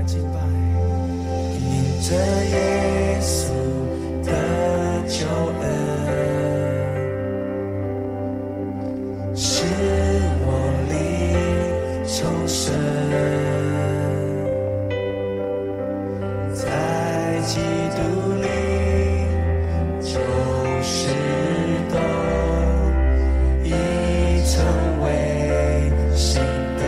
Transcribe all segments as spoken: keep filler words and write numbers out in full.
敬拜，因着耶稣的救恩，使我灵重生，在基督里就是都已成为新的，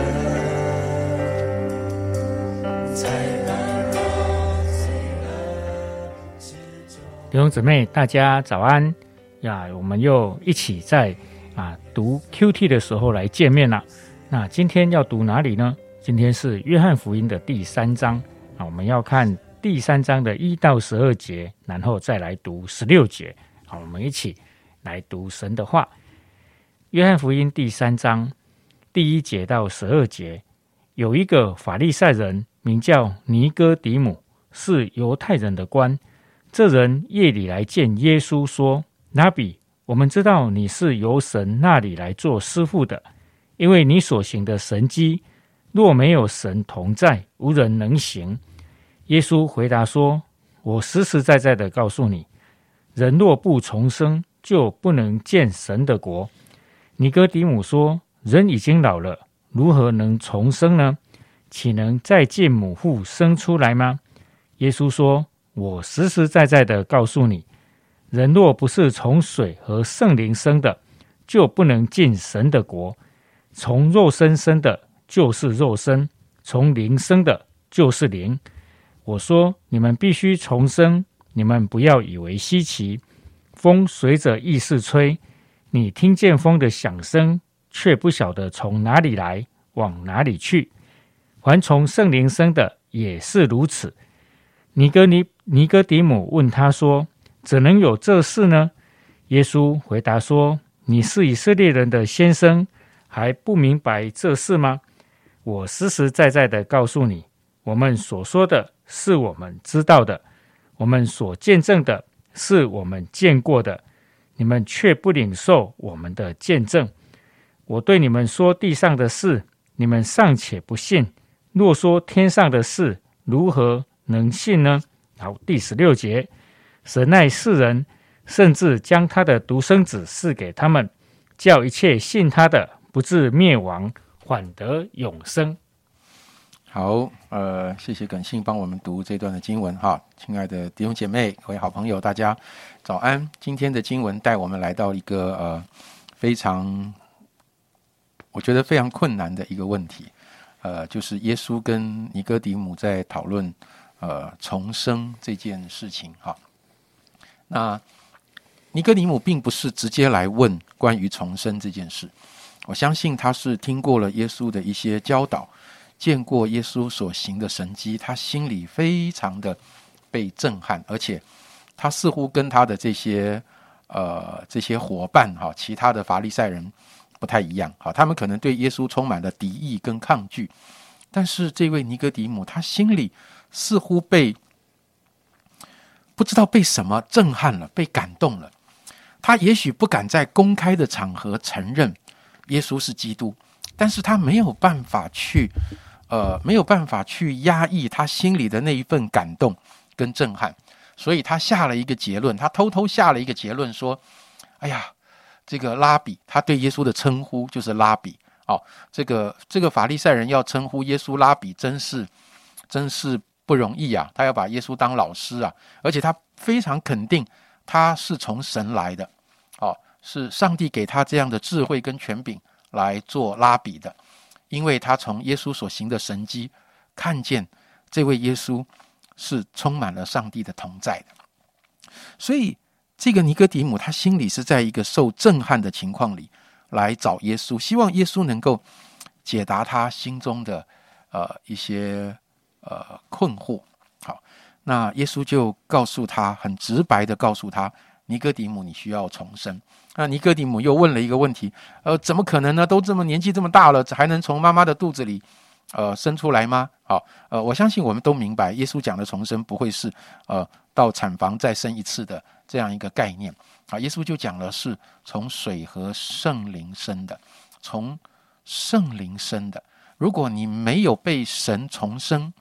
在那若罪恶之中。 弟兄姊妹，大家早安呀！我们又一起在啊读 Q T 的时候来见面了。那今天要读哪里呢？今天是约翰福音的第三章啊，我们要看第三章的一到十二节，然后再来读十六节。好，我们一起来读神的话。约翰福音第三章第一节到十二节，有一个法利赛人名叫尼哥底母，是犹太人的官。这人夜里来见耶稣说：拉比，我们知道你是由神那里来做师傅的，因为你所行的神迹，若没有神同在，无人能行。耶稣回答说：我实实在在的告诉你，人若不重生，就不能见神的国。尼哥底母说：人已经老了，如何能重生呢？岂能再进母腹生出来吗？耶稣说：我实实在在的告诉你，人若不是从水和圣灵生的，就不能进神的国。从肉身生的就是肉身，从灵生的就是灵。我说你们必须重生，你们不要以为稀奇。风随着意思吹，你听见风的响声，却不晓得从哪里来，往哪里去。凡从圣灵生的也是如此。尼哥尼尼哥底母问他说：怎能有这事呢？耶稣回答说：你是以色列人的先生，还不明白这事吗？我实实在在的告诉你，我们所说的是我们知道的，我们所见证的是我们见过的，你们却不领受我们的见证。我对你们说地上的事，你们尚且不信，若说天上的事，如何能信呢？好，第十六节，神爱世人，甚至将他的独生子赐给他们，叫一切信他的不至灭亡，反得永生。 好，呃，谢谢耿信帮我们读这段的经文哈，亲爱的弟兄姐妹、各位好朋友，大家早安。今天的经文带我们来到一个呃非常，我觉得非常困难的一个问题，呃，就是耶稣跟尼哥底母在讨论呃重生这件事情哈。那尼哥底母并不是直接来问关于重生这件事，我相信他是听过了耶稣的一些教导，见过耶稣所行的神迹，他心里非常的被震撼，而且他似乎跟他的这些呃这些伙伴哈，其他的法利赛人不太一样，好，他们可能对耶稣充满了敌意跟抗拒，但是这位尼哥底母他心里似乎被不知道被什么震撼了，被感动了。他也许不敢在公开的场合承认耶稣是基督，但是他没有办法去呃，没有办法去压抑他心里的那一份感动跟震撼，所以他下了一个结论，他偷偷下了一个结论说：哎呀，这个拉比，他对耶稣的称呼就是拉比，哦，这个这个法利赛人要称呼耶稣拉比，真是真是不容易啊！他要把耶稣当老师啊，而且他非常肯定他是从神来的，哦，是上帝给他这样的智慧跟权柄来做拉比的，因为他从耶稣所行的神迹看见这位耶稣是充满了上帝的同在的，所以这个尼哥底母他心里是在一个受震撼的情况里来找耶稣，希望耶稣能够解答他心中的呃一些呃困惑。好，那耶稣就告诉他，很直白的告诉他，尼哥底母，你需要重生。那尼哥底母又问了一个问题，呃，怎么可能呢？都这么年纪这么大了，还能从妈妈的肚子里呃生出来吗？好，呃，我相信我们都明白，耶稣讲的重生不会是呃到产房再生一次的这样一个概念啊。耶稣就讲了是从水和圣灵生的，从圣灵生的。如果你没有被神重生，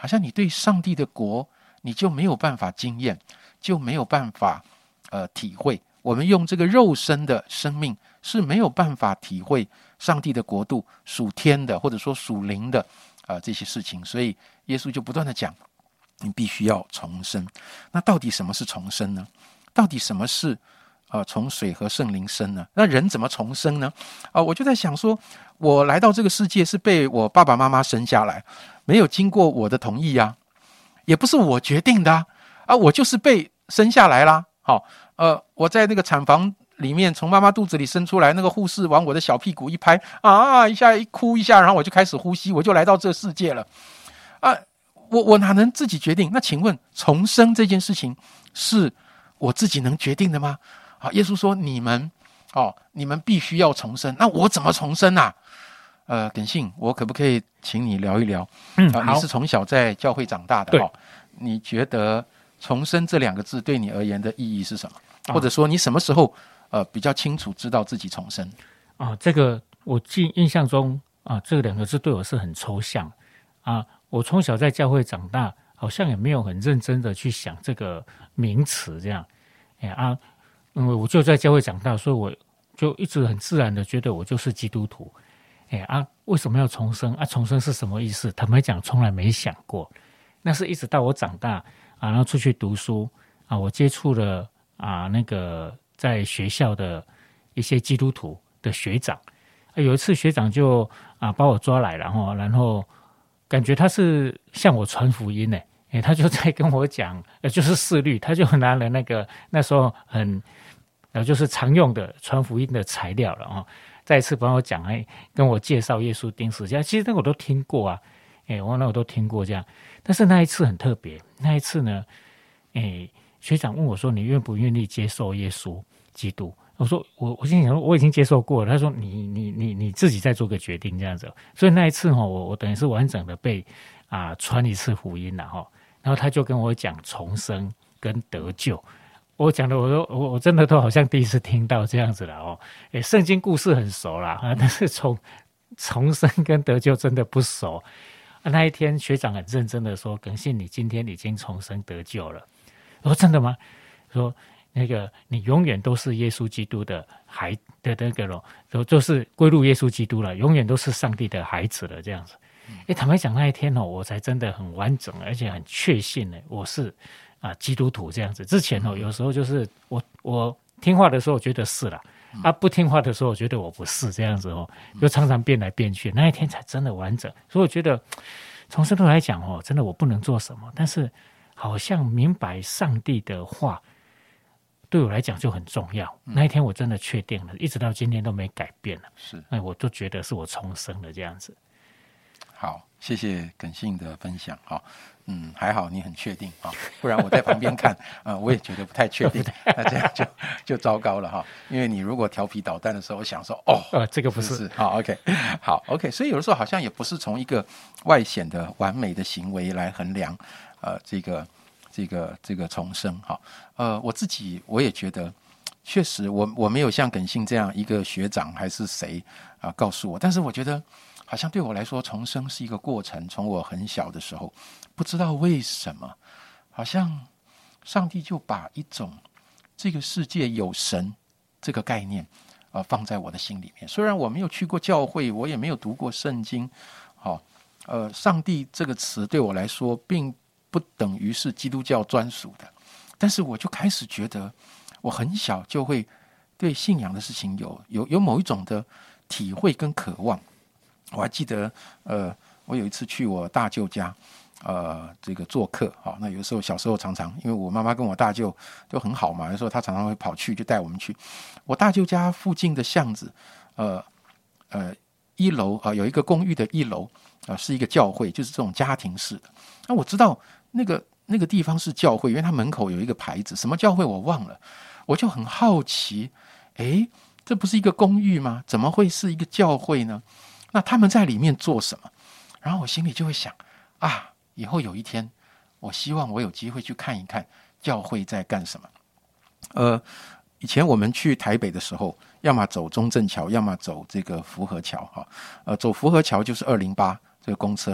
好像你对上帝的国你就没有办法经验，就没有办法呃体会。我们用这个肉身的生命是没有办法体会上帝的国度属天的或者说属灵的呃这些事情，所以耶稣就不断的讲，你必须要重生。那到底什么是重生呢？到底什么是呃从水和圣灵生呢？那人怎么重生呢？啊、呃，我就在想说，我来到这个世界是被我爸爸妈妈生下来，没有经过我的同意啊，也不是我决定的啊，啊我就是被生下来啦。好，呃，我在那个产房里面从妈妈肚子里生出来，那个护士往我的小屁股一拍，啊，一下一哭一下，然后我就开始呼吸，我就来到这个世界了。啊，我我哪能自己决定？那请问重生这件事情是我自己能决定的吗？啊，耶稣说你们哦，你们必须要重生。那我怎么重生啊？呃，耿信，我可不可以请你聊一聊？ 嗯， 啊，你是从小在教会长大的， 对、 哦，你觉得重生这两个字对你而言的意义是什么？或者说你什么时候呃比较清楚知道自己重生？ 啊，这个我记印象中啊，这两个字对我是很抽象啊。我从小在教会长大，好像也没有很认真的去想这个名词这样。哎啊，因为我就在教会长大，所以我就一直很自然的觉得我就是基督徒。哎啊，为什么要重生啊？重生是什么意思？坦白讲，从来没想过。那是一直到我长大啊，然后出去读书啊，我接触了啊那个在学校的一些基督徒的学长。啊、有一次学长就啊把我抓来了，然后然后感觉他是向我传福音呢。哎，他就在跟我讲，呃，就是四律，他就拿了那个那时候很呃就是常用的传福音的材料了哦。再一次帮我讲，哎，跟我介绍耶稣钉十字架，其实那我都听过啊，哎，我那我都听过这样。但是那一次很特别，那一次呢，哎，学长问我说：“你愿不愿意接受耶稣基督？”我说：“我我心想说我已经接受过了。”他说：“你你你你自己再做个决定这样子。”所以那一次哈，我我等于是完整的被啊传一次福音了哈。然后他就跟我讲重生跟得救。我讲的，我说我我真的都好像第一次听到这样子了哦。诶，圣经故事很熟啦，啊，但是从重生跟得救真的不熟。啊、那一天学长很认真的说：“耿信，你今天已经重生得救了。”我说：“真的吗？”说那个你永远都是耶稣基督的孩的那个咯，都就是归入耶稣基督了，永远都是上帝的孩子了这样子。诶，坦白讲那一天哦，我才真的很完整，而且很确信呢，我是。啊，基督徒这样子，之前哦，有时候就是我我听话的时候，我觉得是啦，啊，不听话的时候，我觉得我不是这样子哦，就常常变来变去。那一天才真的完整，所以我觉得从深度来讲哦，真的我不能做什么，但是好像明白上帝的话，对我来讲就很重要。那一天我真的确定了，一直到今天都没改变了。 是， 哎，我都觉得是我重生了这样子。 好，谢谢耿信的分享哈。嗯，还好你很确定啊，不然我在旁边看，呃，我也觉得不太确定，那这样就就糟糕了哈。因为你如果调皮捣蛋的时候，我想说，哦， 呃，这个不是， 是好 ，OK， 好 ，OK， 所以有的时候好像也不是从一个外显的完美的行为来衡量，呃，这个这个这个重生哈。呃，我自己我也觉得，确实我我没有像耿信这样一个学长还是谁啊、呃、告诉我，但是我觉得好像对我来说，重生是一个过程，从我很小的时候。不知道为什么，好像上帝就把一种这个世界有神这个概念，呃，放在我的心里面。虽然我没有去过教会，我也没有读过圣经，好、哦，呃，上帝这个词对我来说，并不等于是基督教专属的。但是我就开始觉得，我很小就会对信仰的事情有有有某一种的体会跟渴望。我还记得，呃，我有一次去我大舅家。呃，这个做客，好，那有时候小时候常常，因为我妈妈跟我大舅都很好嘛，有时候她常常会跑去，就带我们去。我大舅家附近的巷子，呃呃，一楼啊、呃、有一个公寓的一楼啊、呃、是一个教会，就是这种家庭式的。那我知道那个那个地方是教会，因为它门口有一个牌子，什么教会我忘了，我就很好奇，诶，这不是一个公寓吗？怎么会是一个教会呢？那他们在里面做什么？然后我心里就会想啊。以后有一天，我希望我有机会去看一看教会在干什么。呃，以前我们去台北的时候，要么走中正桥，要么走这个福和桥哈。呃，走福和桥就是二零八这个公车，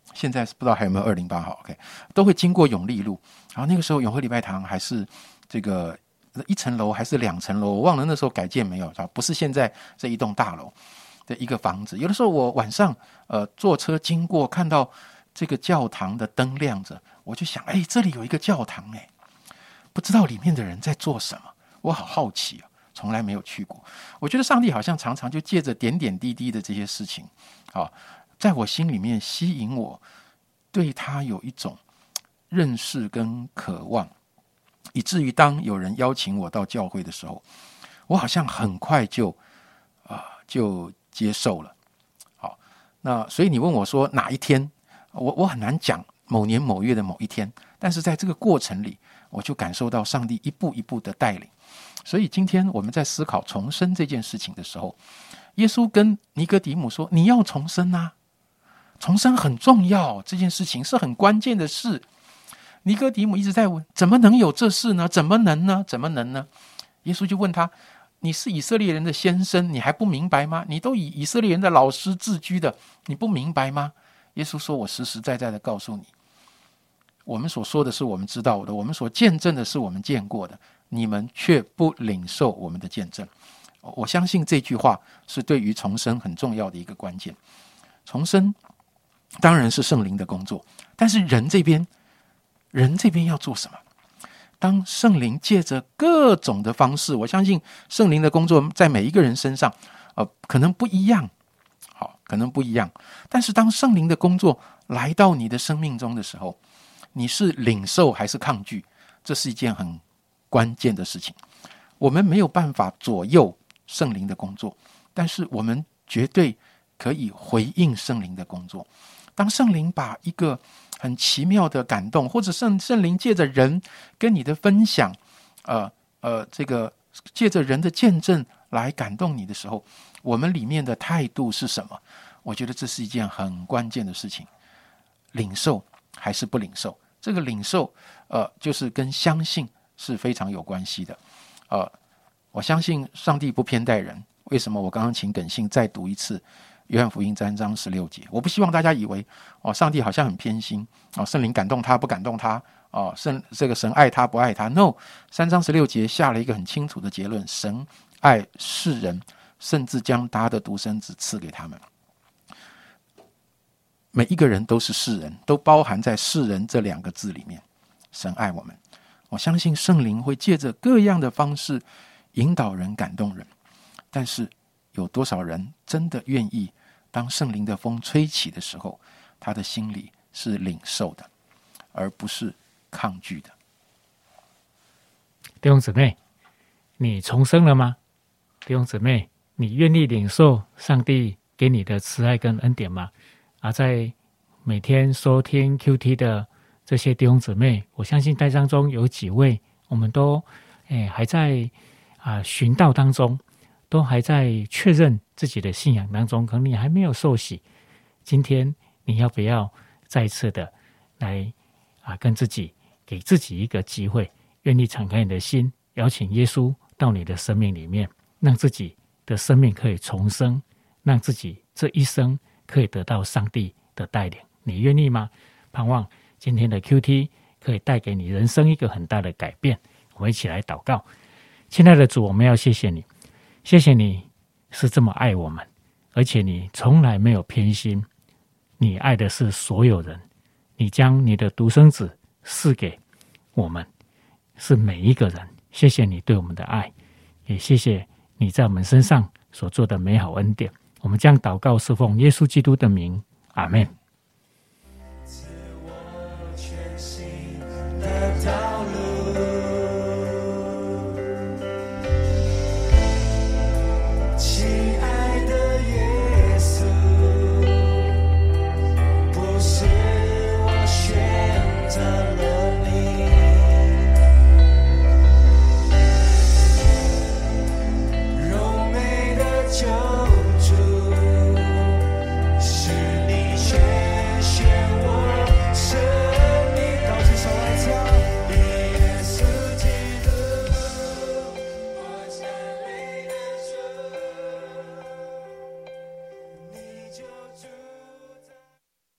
现在是不知道还有没有二零八号 OK， 都会经过永利路，然后那个时候永和礼拜堂还是这个一层楼还是两层楼，我忘了那时候改建没有，不是现在这一栋大楼的一个房子。有的时候我晚上呃坐车经过，看到这个教堂的灯亮着，我就想，哎，这里有一个教堂，哎，不知道里面的人在做什么，我好好奇啊，从来没有去过。我觉得上帝好像常常就借着点点滴滴的这些事情，啊，在我心里面吸引我，对他有一种认识跟渴望，以至于当有人邀请我到教会的时候，我好像很快就啊、呃、就接受了。好，那所以你问我说哪一天，我我很难讲某年某月的某一天，但是在这个过程里，我就感受到上帝一步一步的带领。所以今天我们在思考重生这件事情的时候，耶稣跟尼哥底母说：“你要重生啊，重生很重要，这件事情是很关键的事。”尼哥底母一直在问：“怎么能有这事呢？怎么能呢？怎么能呢？”耶稣就问他：“你是以色列人的先生，你还不明白吗？你都以以色列人的老师自居的，你不明白吗？”耶稣说：“我实实在在的告诉你，我们所说的是我们知道的，我们所见证的是我们见过的，你们却不领受我们的见证。”我相信这句话是对于重生很重要的一个关键。重生当然是圣灵的工作，但是人这边人这边要做什么？当圣灵借着各种的方式，我相信圣灵的工作在每一个人身上呃，可能不一样，好，可能不一样。但是当圣灵的工作来到你的生命中的时候，你是领受还是抗拒？这是一件很关键的事情。我们没有办法左右圣灵的工作，但是我们绝对可以回应圣灵的工作。当圣灵把一个很奇妙的感动，或者圣圣灵借着人跟你的分享，呃呃，这个借着人的见证来感动你的时候，我们里面的态度是什么？我觉得这是一件很关键的事情。领受还是不领受？这个领受，呃，就是跟相信是非常有关系的。呃，我相信上帝不偏待人。为什么我刚刚请耿信再读一次约翰福音三章十六节？我不希望大家以为哦，上帝好像很偏心哦，圣灵感动他不感动他哦，圣这个神爱他不爱他。No， 三章十六节下了一个很清楚的结论：神爱世人，甚至将他的独生子赐给他们。每一个人都是世人，都包含在世人这两个字里面。神爱我们，我相信圣灵会借着各样的方式引导人、感动人。但是有多少人真的愿意当圣灵的风吹起的时候，他的心里是领受的，而不是抗拒的？ 弟兄姊妹，你重生了吗？弟兄姊妹，你愿意领受上帝给你的慈爱跟恩典吗？啊，在每天收听 Q T 的这些弟兄姊妹，我相信在当中有几位，我们都诶还在啊寻道当中，都还在确认自己的信仰当中，可能你还没有受洗。今天你要不要再一次的来啊跟自己给自己一个机会，愿意敞开你的心，邀请耶稣到你的生命里面，让自己的生命可以重生，让自己这一生可以得到上帝的带领。你愿意吗？盼望今天的 Q T 可以带给你人生一个很大的改变。我们一起来祷告。亲爱的主，我们要谢谢你，谢谢你是这么爱我们，而且你从来没有偏心，你爱的是所有人，你将你的独生子赐给我们，是每一个人。谢谢你对我们的爱，也谢谢你在我们身上所做的美好恩典。我们将祷告侍奉耶稣基督的名，阿们。